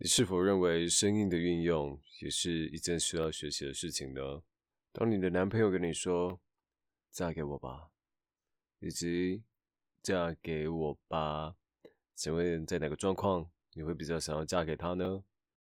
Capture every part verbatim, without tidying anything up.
你是否认为声音的运用也是一件需要学习的事情呢？当你的男朋友跟你说嫁给我吧，以及嫁给我吧，请问在哪个状况你会比较想要嫁给他呢？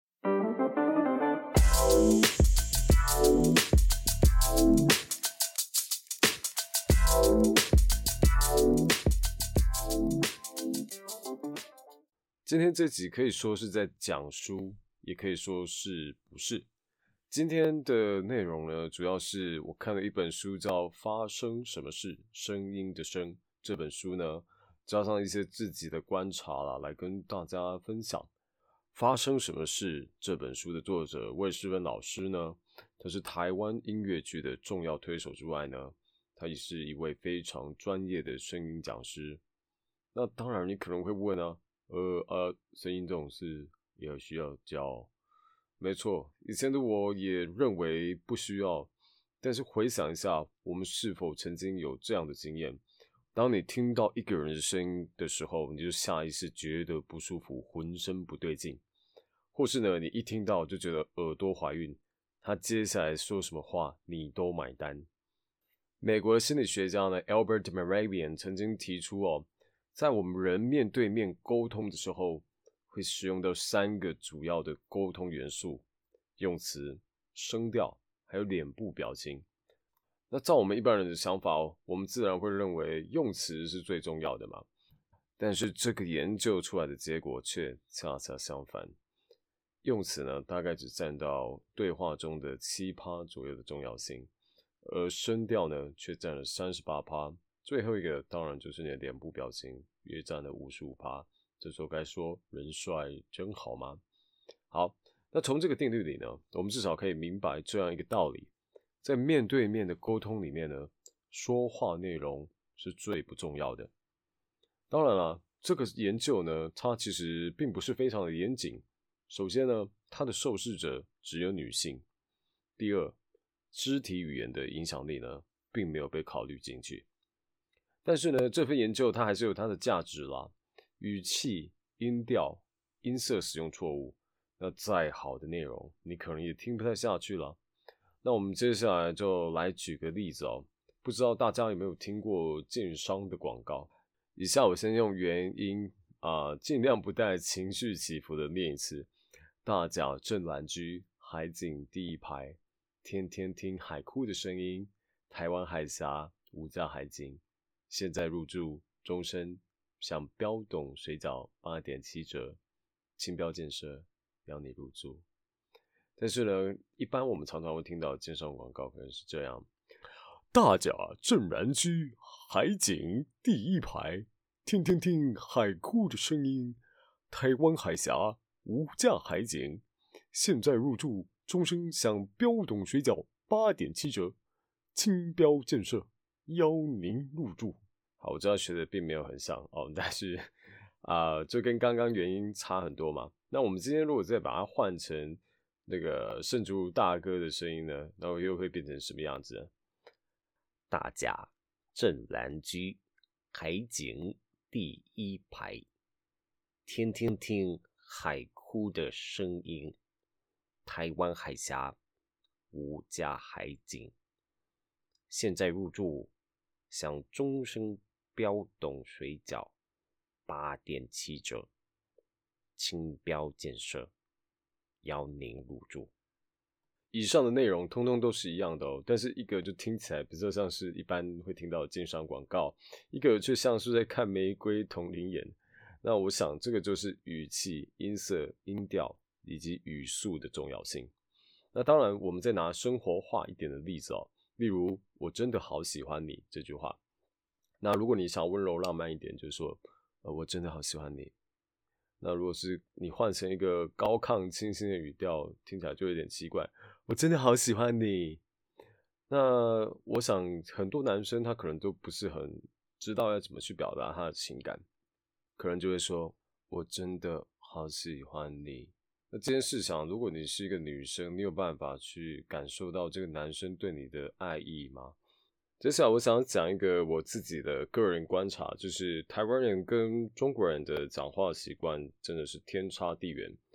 今天这集可以说是在讲书，也可以说是不是。今天的内容呢，主要是我看了一本书叫《发生什么事？声音的声》。这本书呢，加上一些自己的观察啦，来跟大家分享。发生什么事？这本书的作者魏诗芬老师呢，他是台湾音乐剧的重要推手之外呢，他也是一位非常专业的声音讲师。那当然，你可能会问啊，呃呃，声音这种事也需要教？没错，以前的我也认为不需要，但是回想一下，我们是否曾经有这样的经验？当你听到一个人的声音的时候，你就下意识觉得不舒服，浑身不对劲，或是呢，你一听到就觉得耳朵怀孕，他接下来说什么话你都买单。美国的心理学家呢 Albert Mehrabian 曾经提出哦，在我们人面对面沟通的时候，会使用到三个主要的沟通元素：用词、声调，还有脸部表情。那照我们一般人的想法哦，我们自然会认为用词是最重要的嘛。但是这个研究出来的结果却恰恰相反，用词呢大概只占到对话中的 百分之七 左右的重要性，而声调呢却占了 百分之三十八， 最后一个当然就是你的脸部表情，约占了 百分之五十五。这时候该说人帅真好吗？好，那从这个定律里呢，我们至少可以明白这样一个道理，在面对面的沟通里面呢，说话内容是最不重要的。当然啦，这个研究呢，它其实并不是非常的严谨。首先呢，它的受试者只有女性。第二，肢体语言的影响力呢，并没有被考虑进去。但是呢，这份研究它还是有它的价值啦。语气、音调、音色使用错误，那再好的内容，你可能也听不太下去了。那我们接下来就来举个例子哦，不知道大家有没有听过建商的广告？以下我先用原音啊、呃，尽量不带情绪起伏的念一次：大甲镇澜居，海景第一排，天天听海哭的声音，台湾海峡无价海景，现在入住，终身像标董水饺 八点七 折，轻标建设邀你入住。但是呢，一般我们常常会听到的建商广告可能是这样：大甲镇澜居，海景第一排，天天听海哭的声音，台湾海峡无价海景，现在入住，终身享标董水饺 八点七 折，轻标建设邀您入住。好，我知道学的并没有很像哦，但是啊、呃，就跟刚刚原因差很多嘛。那我们今天如果再把它换成那个圣主大哥的声音呢，那我又会变成什么样子呢？ 大甲镇澜居，海景第一排，天天听海哭的声音，台湾海峡无价海景，现在入住享终身标董水饺 八点七 折，轻标建设邀您入住。 以上的内容通通都是一样的哦，但是一个就听起来比较像是一般会听到的建商广告，一个却像是在看玫瑰同龄眼。那我想这个就是语气、音色、音调以及语速的重要性。那当然我们再拿生活化一点的例子哦，例如我真的好喜欢你这句话。那如果你想温柔浪漫一点，就是说呃，我真的好喜欢你。那如果是你换成一个高亢清新的语调，听起来就有点奇怪，我真的好喜欢你。那我想很多男生他可能都不是很知道要怎么去表达他的情感，可能就会说我真的好喜欢你。那这件事想，如果你是一个女生，你有办法去感受到这个男生对你的爱意吗？接下来我想讲一个我自己的个人观察，就是台湾人跟中国人的讲话习惯真的是天差地远。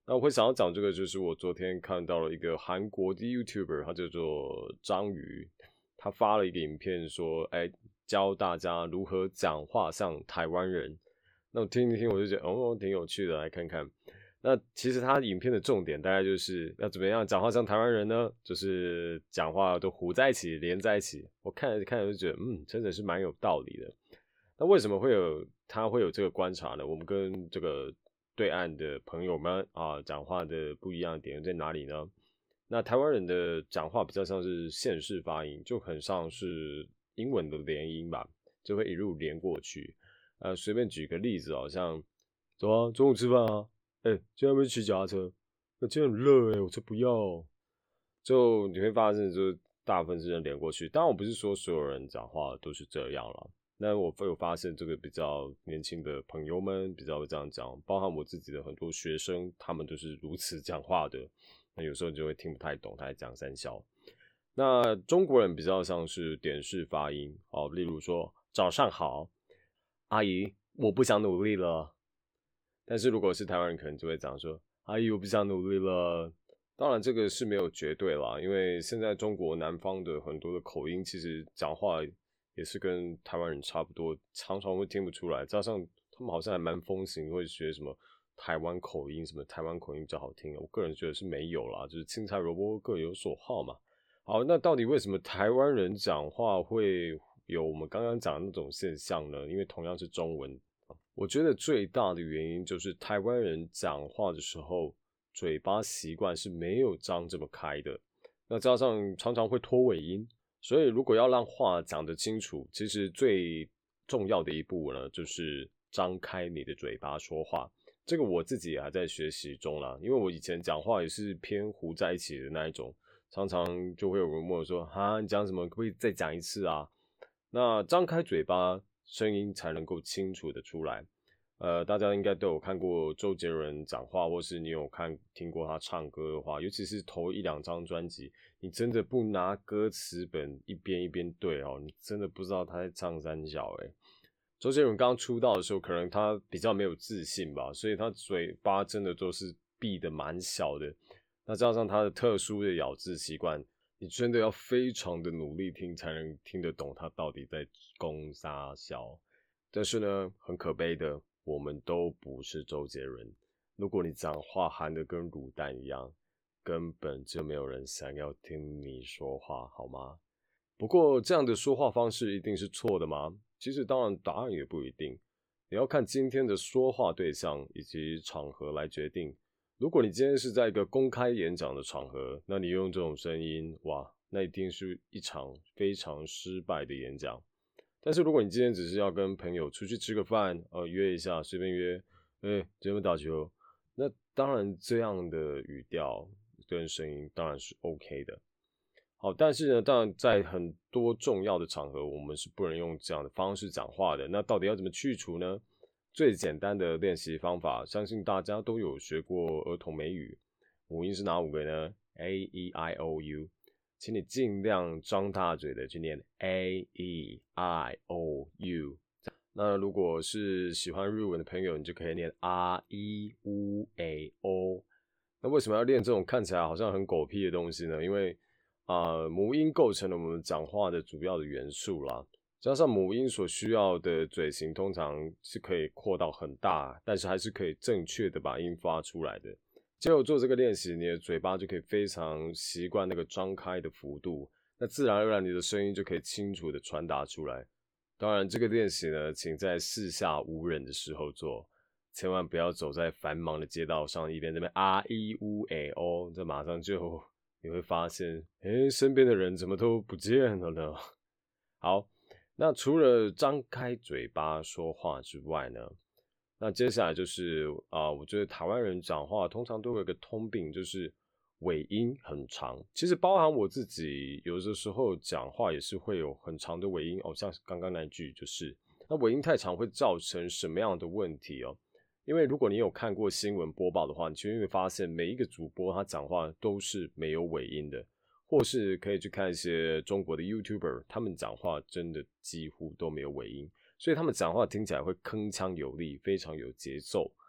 那我会想要讲这个，就是我昨天看到了一个韩国的 YouTuber， 他叫做章鱼，他发了一个影片说，哎，教大家如何讲话像台湾人。那我听一听，我就觉得哦，挺有趣的，来看看。那其实他影片的重点大概就是要怎么样讲话像台湾人呢？就是讲话都糊在一起，连在一起。我看着看着就觉得，嗯，真的是蛮有道理的。那为什么会有他会有这个观察呢？我们跟这个对岸的朋友们啊讲话的不一样的点在哪里呢？那台湾人的讲话比较像是县市发音，就很像是英文的连音吧，就会一路连过去。呃，随便举个例子，好像走啊，中午吃饭啊，哎、欸，今天要不要骑脚踏车？那、欸、今天很热哎、欸，我才不要。就你会发现，就是大部分是人连过去。当然，我不是说所有人讲话都是这样啦。那我有发现，这个比较年轻的朋友们比较会这样讲，包含我自己的很多学生，他们都是如此讲话的。那有时候就会听不太懂他在讲三小。那中国人比较像是点式发音，哦，例如说早上好，阿姨，我不想努力了。但是如果是台湾人，可能就会讲说，阿姨，我不想努力了。当然，这个是没有绝对啦，因为现在中国南方的很多的口音，其实讲话也是跟台湾人差不多，常常会听不出来。加上他们好像还蛮风行，会学什么台湾口音，什么台湾口音比较好听。我个人觉得是没有啦，就是青菜萝卜各有所好嘛。好，那到底为什么台湾人讲话会有我们刚刚讲的那种现象呢？因为同样是中文，我觉得最大的原因就是台湾人讲话的时候，嘴巴习惯是没有张这么开的，那加上常常会拖尾音，所以如果要让话讲得清楚，其实最重要的一步呢，就是张开你的嘴巴说话。这个我自己也还在学习中啦，因为我以前讲话也是偏糊在一起的那一种，常常就会有人问我说：“哈，你讲什么？可不可以再讲一次啊？”那张开嘴巴，声音才能够清楚的出来。呃，大家应该都有看过周杰伦讲话，或是你有看听过他唱歌的话，尤其是头一两张专辑，你真的不拿歌词本一边一边对哦，你真的不知道他在唱三小诶。周杰伦刚出道的时候，可能他比较没有自信吧，所以他嘴巴真的都是闭得蛮小的。那加上他的特殊的咬字习惯，你真的要非常的努力听，才能听得懂他到底在攻啥小。但是呢，很可悲的，我们都不是周杰伦。如果你讲话含得跟卤蛋一样，根本就没有人想要听你说话，好吗？不过这样的说话方式一定是错的吗？其实当然答案也不一定，你要看今天的说话对象以及场合来决定。如果你今天是在一个公开演讲的场合，那你用这种声音，哇，那一定是一场非常失败的演讲。但是如果你今天只是要跟朋友出去吃个饭，呃，约一下，随便约，哎，今天打球，那当然这样的语调跟声音当然是 OK 的。好，但是呢，当然在很多重要的场合，我们是不能用这样的方式讲话的。那到底要怎么去除呢？最简单的练习方法，相信大家都有学过儿童美语，母音是哪五个呢 ？A E I O U， 请你尽量张大嘴的去念 A E I O U。那如果是喜欢日文的朋友，你就可以念 R E U A O。那为什么要练这种看起来好像很狗屁的东西呢？因为啊、呃，母音构成了我们讲话的主要的元素啦。加上母音所需要的嘴型通常是可以扩到很大，但是还是可以正确的把音发出来的。只有做这个练习，你的嘴巴就可以非常习惯那个张开的幅度，那自然而然你的声音就可以清楚的传达出来。当然，这个练习呢，请在四下无人的时候做，千万不要走在繁忙的街道上，一边这边啊一呜哎哦，这马上就你会发现，哎，身边的人怎么都不见了呢？好。那除了张开嘴巴说话之外呢，那接下来就是啊、呃，我觉得台湾人讲话通常都有一个通病，就是尾音很长。其实包含我自己，有的时候讲话也是会有很长的尾音哦，像刚刚那句就是，那尾音太长会造成什么样的问题哦？因为如果你有看过新闻播报的话，你就会发现每一个主播他讲话都是没有尾音的。或是可以去看一些中国的 YouTuber， 他们讲话真的几乎都没有尾音，所以他们讲话听起来会铿锵有力，非常有节奏。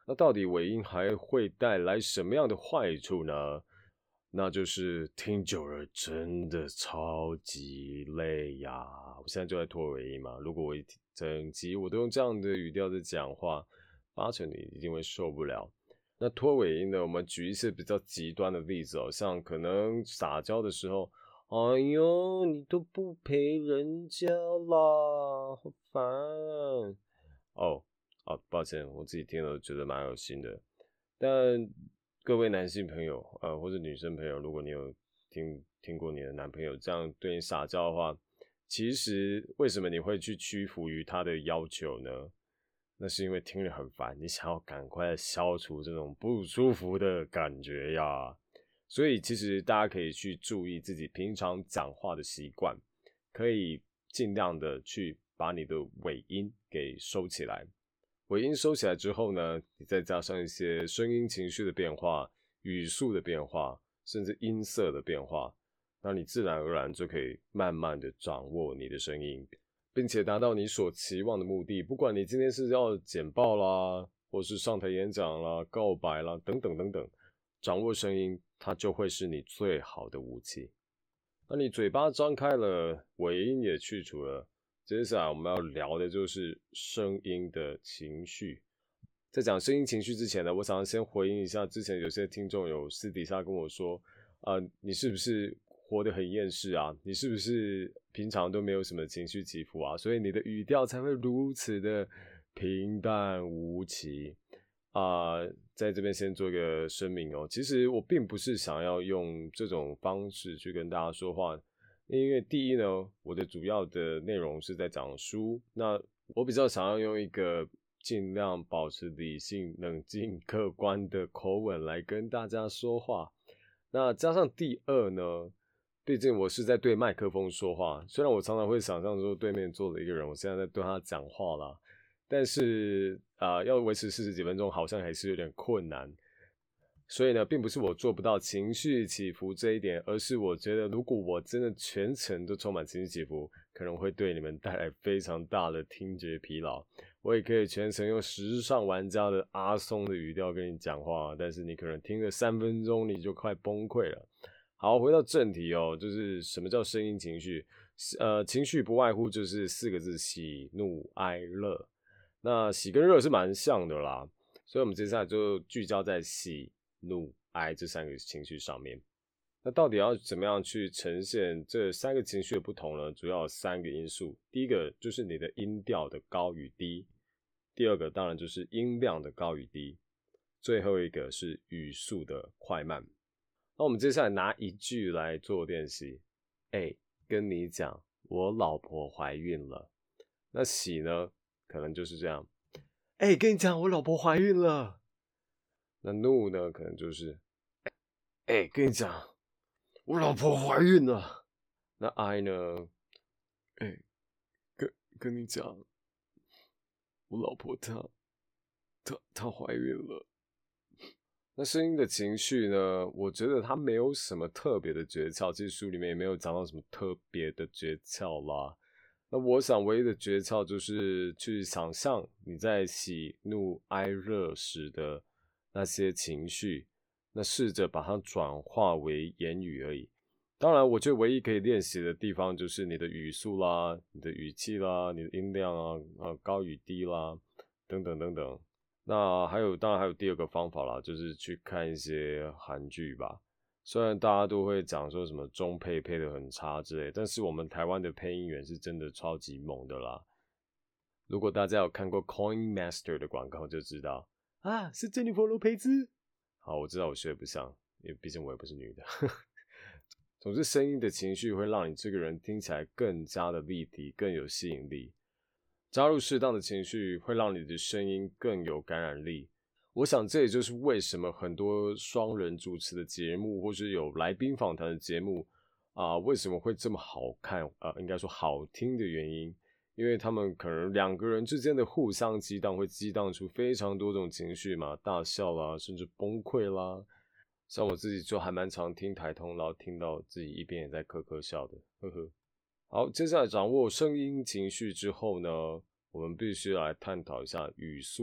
那到底尾音还会带来什么样的坏处呢？那就是听久了真的超级累呀！我现在就在拖尾音嘛，如果我一整集我都用这样的语调在讲话，八成你一定会受不了。那拖尾音呢，我们举一些比较极端的例子哦，像可能撒娇的时候，哎呦，你都不陪人家啦，好烦哦。好，抱歉，我自己听了觉得蛮恶心的。但各位男性朋友，呃，或者女生朋友，如果你有听听过你的男朋友这样对你撒娇的话，其实为什么你会去屈服于他的要求呢？那是因为听了很烦，你想要赶快消除这种不舒服的感觉呀。所以其实大家可以去注意自己平常讲话的习惯，可以尽量的去把你的尾音给收起来。尾音收起来之后呢，你再加上一些声音情绪的变化、语速的变化，甚至音色的变化，那你自然而然就可以慢慢的掌握你的声音，并且达到你所期望的目的。不管你今天是要简报啦，或是上台演讲啦、告白啦等等等等，掌握声音它就会是你最好的武器。那你嘴巴张开了，尾音也去除了，接下来我们要聊的就是声音的情绪。在讲声音情绪之前呢，我想要先回应一下之前有些听众有私底下跟我说，啊、呃，你是不是活得很厌世啊？你是不是平常都没有什么情绪起伏啊？所以你的语调才会如此的平淡无奇啊、呃！在这边先做一个声明哦，其实我并不是想要用这种方式去跟大家说话。因为第一呢，我的主要的内容是在讲书，那我比较想要用一个尽量保持理性、冷静、客观的口吻来跟大家说话。那加上第二呢，毕竟我是在对麦克风说话，虽然我常常会想象说对面坐了一个人，我现在在对他讲话啦，但是啊、呃，要维持四十几分钟好像还是有点困难。所以呢，并不是我做不到情绪起伏这一点，而是我觉得如果我真的全程都充满情绪起伏，可能会对你们带来非常大的听觉疲劳。我也可以全程用时尚玩家的阿松的语调跟你讲话，但是你可能听了三分钟你就快崩溃了。好，回到正题哦，就是什么叫声音情绪？呃，情绪不外乎就是四个字：喜怒哀乐。那喜跟热是蛮像的啦，所以我们接下来就聚焦在喜、怒、哀这三个情绪上面。那到底要怎么样去呈现这三个情绪的不同呢？主要有三个因素。第一个就是你的音调的高与低，第二个当然就是音量的高与低，最后一个是语速的快慢。那我们接下来拿一句来做练习。欸，跟你讲，我老婆怀孕了。那喜呢，可能就是这样。欸，跟你讲，我老婆怀孕了。那怒呢，可能就是欸，跟你讲，我老婆怀孕了。那哀呢，欸，跟跟你讲，我老婆她她她怀孕了。那声音的情绪呢，我觉得它没有什么特别的诀窍，其实书里面也没有讲到什么特别的诀窍啦。那我想唯一的诀窍就是去想象你在喜怒哀乐时的那些情绪，那试着把它转化为言语而已。当然我觉得唯一可以练习的地方就是你的语速啦，你的语气啦，你的音量啊，啊高与低啦，等等等等。那还有当然还有第二个方法啦，就是去看一些韩剧吧。虽然大家都会讲说什么中配配的很差之类，但是我们台湾的配音员是真的超级猛的啦。如果大家有看过 Coin Master 的广告就知道啊，是珍妮佛罗培兹。好，我知道我学不像，因为毕竟我也不是女的。总之声音的情绪会让你这个人听起来更加的立体，更有吸引力。加入适当的情绪会让你的声音更有感染力。我想这也就是为什么很多双人主持的节目或是有来宾访谈的节目啊、呃，为什么会这么好看啊、呃？应该说好听的原因，因为他们可能两个人之间的互相激荡会激荡出非常多种情绪嘛，大笑啦，甚至崩溃啦。像我自己就还蛮常听台通，然后听到自己一边也在咳咳笑的，呵呵。好，接下来掌握声音情绪之后呢，我们必须来探讨一下语速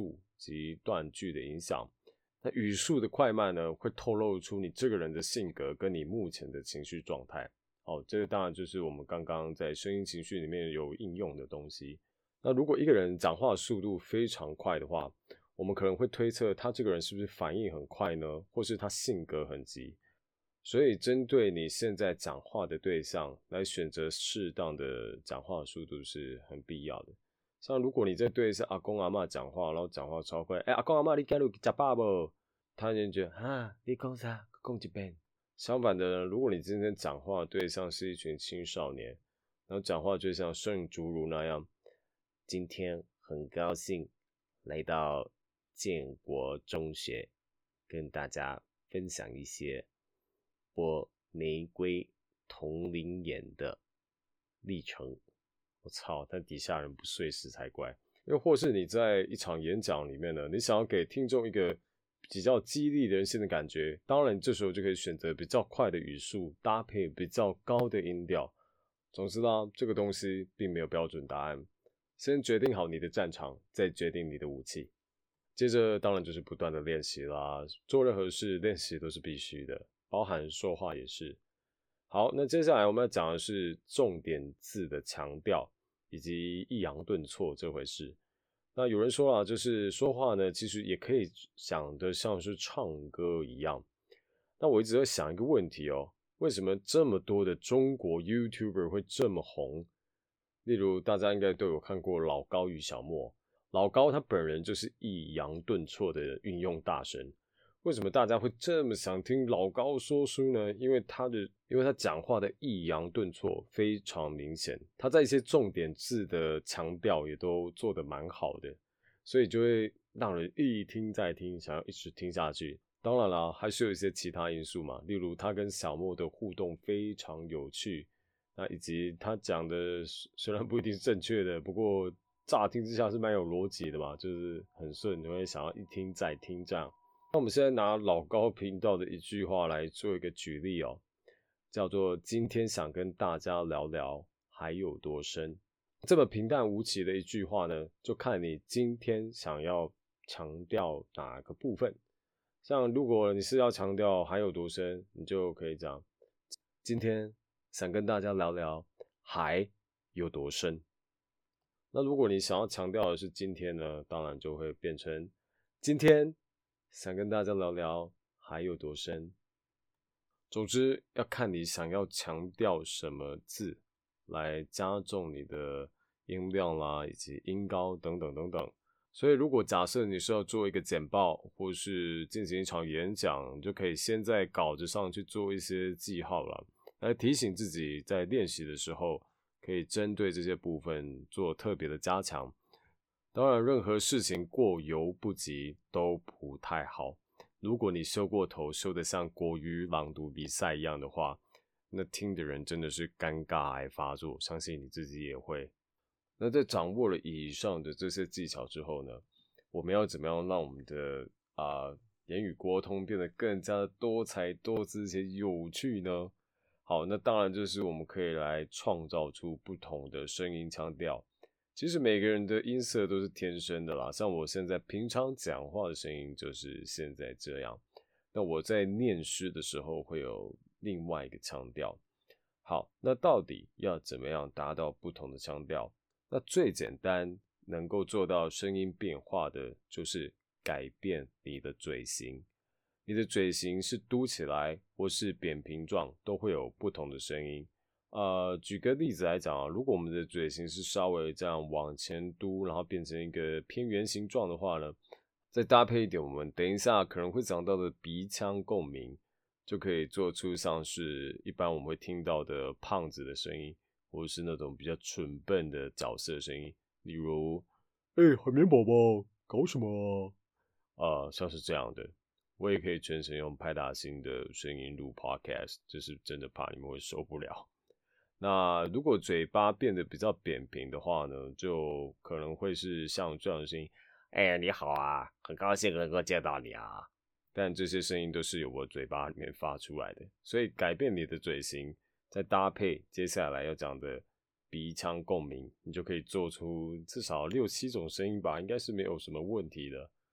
及断句的影响。那语速的快慢呢，会透露出你这个人的性格跟你目前的情绪状态。好，这个当然就是我们刚刚在声音情绪里面有应用的东西。那如果一个人讲话速度非常快的话，我们可能会推测他这个人是不是反应很快呢，或是他性格很急。所以针对你现在讲话的对象来选择适当的讲话速度是很必要的。像如果你在对是阿公阿嬷讲话，然后讲话超快，哎、欸，阿公阿嬷你今日有吃饱不？他就觉得啊，你讲啥？讲一遍。相反的呢，如果你今天讲话的对象是一群青少年，然后讲话就像盛竹如那样，今天很高兴来到建国中学，跟大家分享一些我玫瑰同龄眼的历程。我操，但底下人不睡死才怪。又或是你在一场演讲里面呢，你想要给听众一个比较激励人心的感觉，当然这时候就可以选择比较快的语速，搭配比较高的音调。总之啦，这个东西并没有标准答案，先决定好你的战场，再决定你的武器。接着当然就是不断的练习啦，做任何事练习都是必须的，包含说话也是。好，那接下来我们要讲的是重点字的强调以及抑扬顿挫这回事。那有人说啦，就是说话呢，其实也可以想得像是唱歌一样。那我一直在想一个问题哦，为什么这么多的中国 YouTuber 会这么红？例如大家应该都有看过老高与小莫，老高他本人就是抑扬顿挫的运用大神。为什么大家会这么想听老高说书呢？因为他的，因为他讲话的抑扬顿挫非常明显，他在一些重点字的强调也都做得蛮好的，所以就会让人一听再听，想要一直听下去。当然啦，还是有一些其他因素嘛，例如他跟小莫的互动非常有趣，那以及他讲的虽然不一定是正确的，不过乍听之下是蛮有逻辑的嘛，就是很顺，你会想要一听再听这样。那我们现在拿老高频道的一句话来做一个举例哦，叫做今天想跟大家聊聊海有多深。这么平淡无奇的一句话呢，就看你今天想要强调哪个部分。像如果你是要强调海有多深，你就可以讲今天想跟大家聊聊海有多深。那如果你想要强调的是今天呢，当然就会变成今天想跟大家聊聊海有多深。总之要看你想要强调什么字来加重你的音量啦，以及音高等等等等。所以如果假设你是要做一个简报或是进行一场演讲，你就可以先在稿子上去做一些记号啦，来提醒自己在练习的时候可以针对这些部分做特别的加强。当然任何事情过犹不及都不太好，如果你修过头修得像国语朗读比赛一样的话，那听的人真的是尴尬癌发作，相信你自己也会。那在掌握了以上的这些技巧之后呢，我们要怎么样让我们的啊、呃、言语沟通变得更加多彩多姿且有趣呢？好，那当然就是我们可以来创造出不同的声音腔调。其实每个人的音色都是天生的啦，像我现在平常讲话的声音就是现在这样，那我在念诗的时候会有另外一个腔调。好，那到底要怎么样达到不同的腔调？那最简单能够做到声音变化的就是改变你的嘴型。你的嘴型是嘟起来或是扁平状，都会有不同的声音。呃，举个例子来讲啊，如果我们的嘴型是稍微这样往前嘟，然后变成一个偏圆形状的话呢，再搭配一点我们等一下可能会讲到的鼻腔共鸣，就可以做出像是一般我们会听到的胖子的声音，或者是那种比较蠢笨的角色的声音，例如，哎、欸，海绵宝宝，搞什么啊？呃，像是这样的。我也可以全程用派大星的声音录 podcast， 就是真的怕你们会受不了。那如果嘴巴变得比较扁平的话呢，就可能会是像这样的声音， 哎呀，你好啊，很高兴能够见到你啊。 但这些声音都是由我嘴巴里面发出来的，所以改变你的嘴型，再搭配接下来要讲的鼻腔共鸣，你就可以做出至少六七种声音吧，应该是没有什么问题的。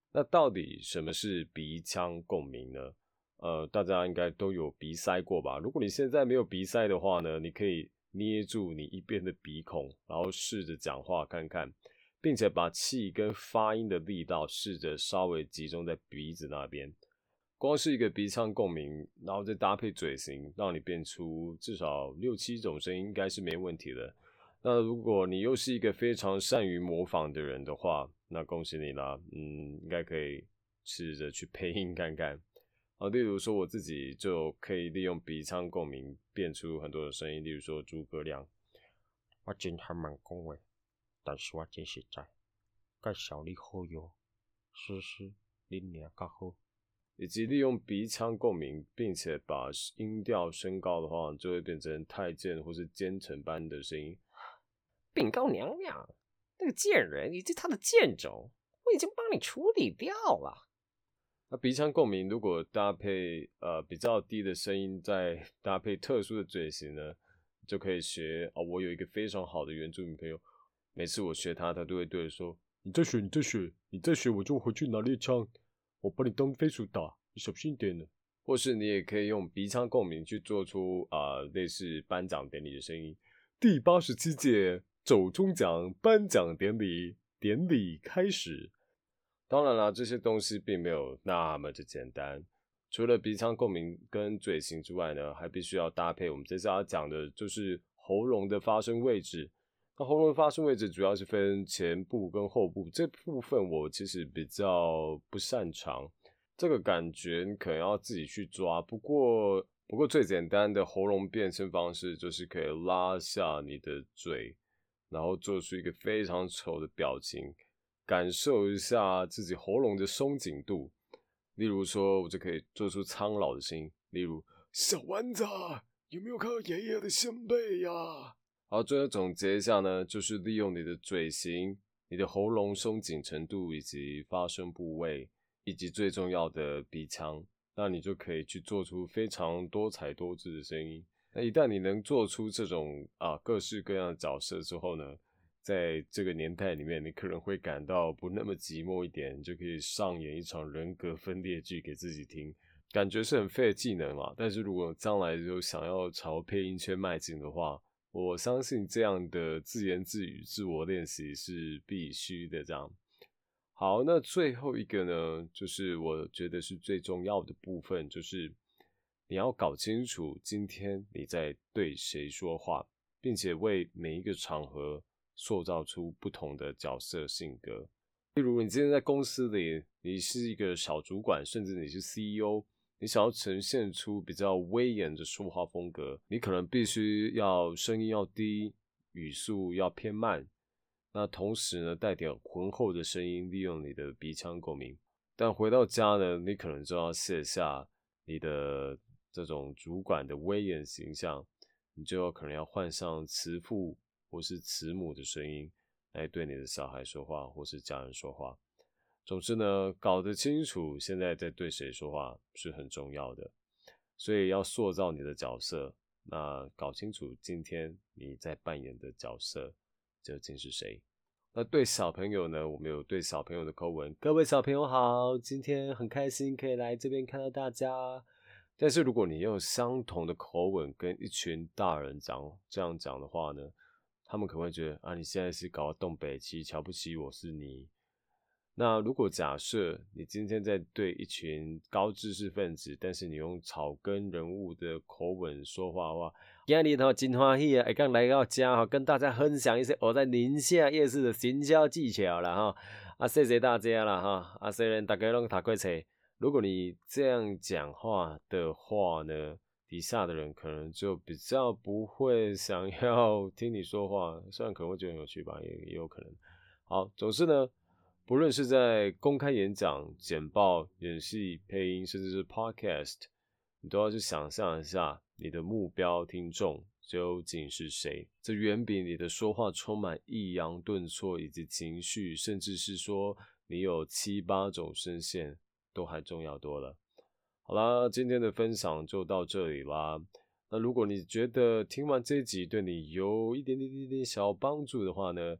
那到底什么是鼻腔共鸣呢？呃，大家应该都有鼻塞过吧？如果你现在没有鼻塞的话呢，你可以捏住你一边的鼻孔，然后试着讲话看看，并且把气跟发音的力道试着稍微集中在鼻子那边。光是一个鼻腔共鸣，然后再搭配嘴型，让你变出至少六七种声音，应该是没问题的。那如果你又是一个非常善于模仿的人的话，那恭喜你啦，嗯，应该可以试着去配音看看。啊，例如说我自己就可以利用鼻腔共鸣变出很多的声音，例如说诸葛亮， 我真还蛮讲话，但是我真实在，介绍你好哟，诗诗，恁娘较好。 以及利用鼻腔共鸣，并且把音调升高的话，就会变成太监或是奸臣般的声音。 禀告娘娘，那个贱人以及他的贱种，我已经帮你处理掉了。 那鼻腔共鸣如果搭配呃比较低的声音，再搭配特殊的嘴型呢，就可以学啊、哦。我有一个非常好的原住民朋友，每次我学他，他都会对我说：“你再学，你再学，你再学，我就回去拿猎枪，我把你当飞鼠打，你小心点呢。”或是你也可以用鼻腔共鸣去做出啊、呃、类似颁奖典礼的声音。第八十七届走中奖颁奖典礼，典礼开始。当然啦，这些东西并没有那么的简单。除了鼻腔共鸣跟嘴型之外呢，还必须要搭配我们这次要讲的就是喉咙的发声位置。那喉咙的发声位置主要是分前部跟后部，这部分我其实比较不擅长，这个感觉你可能要自己去抓。不过，不过最简单的喉咙变声方式就是可以拉下你的嘴，然后做出一个非常丑的表情。感受一下自己喉咙的松紧度，例如说，我就可以做出苍老的声音，例如小丸子，有没有看到爷爷的先辈呀？好，最后总结一下呢，就是利用你的嘴型、你的喉咙松紧程度以及发声部位，以及最重要的鼻腔，那你就可以去做出非常多彩多姿的声音。那一旦你能做出这种啊各式各样的角色之后呢，在这个年代里面，你可能会感到不那么寂寞一点，你就可以上演一场人格分裂剧给自己听，感觉是很废的技能啦。但是如果将来就想要朝配音圈迈进的话，我相信这样的自言自语、自我练习是必须的。这样，好，那最后一个呢，就是我觉得是最重要的部分，就是你要搞清楚今天你在对谁说话，并且为每一个场合塑造出不同的角色性格。例如，你今天在公司里，你是一个小主管，甚至你是 C E O， 你想要呈现出比较威严的说话风格，你可能必须要声音要低，语速要偏慢，那同时呢，带点浑厚的声音，利用你的鼻腔共鸣。但回到家呢，你可能就要卸下你的这种主管的威严形象，你就有可能要换上慈父或是慈母的声音来对你的小孩说话，或是家人说话。总之呢，搞得清楚现在在对谁说话是很重要的，所以要塑造你的角色，那搞清楚今天你在扮演的角色究竟是谁。那对小朋友呢，我们有对小朋友的口吻，各位小朋友好，今天很开心可以来这边看到大家。但是如果你用相同的口吻跟一群大人讲这样讲的话呢，他们可能会觉得啊，你现在是搞东北七，瞧不起我是你。那如果假设你今天在对一群高知识分子，但是你用草根人物的口吻说话的话，今日吼真欢喜啊，会刚来到家哈，跟大家分享一些我在宁夏夜市的行销技巧啦哈，啊谢谢大家啦哈，啊虽然大家都读过册，如果你这样讲话的话呢，底下的人可能就比较不会想要听你说话，虽然可能会觉得很有趣吧，也也有可能。好，总之呢，不论是在公开演讲、简报、演戏、配音，甚至是 podcast， 你都要去想象一下你的目标听众究竟是谁。这远比你的说话充满抑扬顿挫以及情绪，甚至是说你有七八种声线，都还重要多了。好啦，今天的分享就到这里啦。那如果你觉得听完这一集对你有一点点点点小帮助的话呢，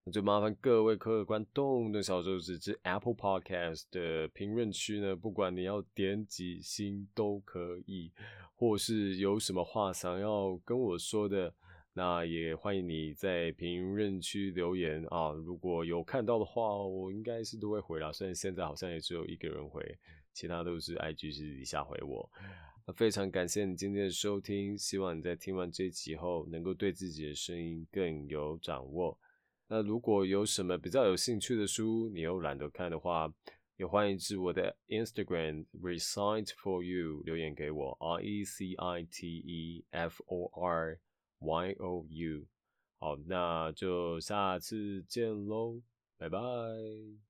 那就麻烦各位客官动动小手指至 Apple Podcast 的评论区呢，不管你要点几星都可以，或是有什么话想要跟我说的，那也欢迎你在评论区留言啊。如果有看到的话，我应该是都会回啦，虽然现在好像也只有一个人回，其他都是 I G 私底下回我。那非常感谢你今天的收听，希望你在听完这一集后，能够对自己的声音更有掌握。那如果有什么比较有兴趣的书，你又懒得看的话，也欢迎至我的 Instagram recite for you 留言给我 R E C I T E F O R Y O U。好，那就下次见喽，拜拜。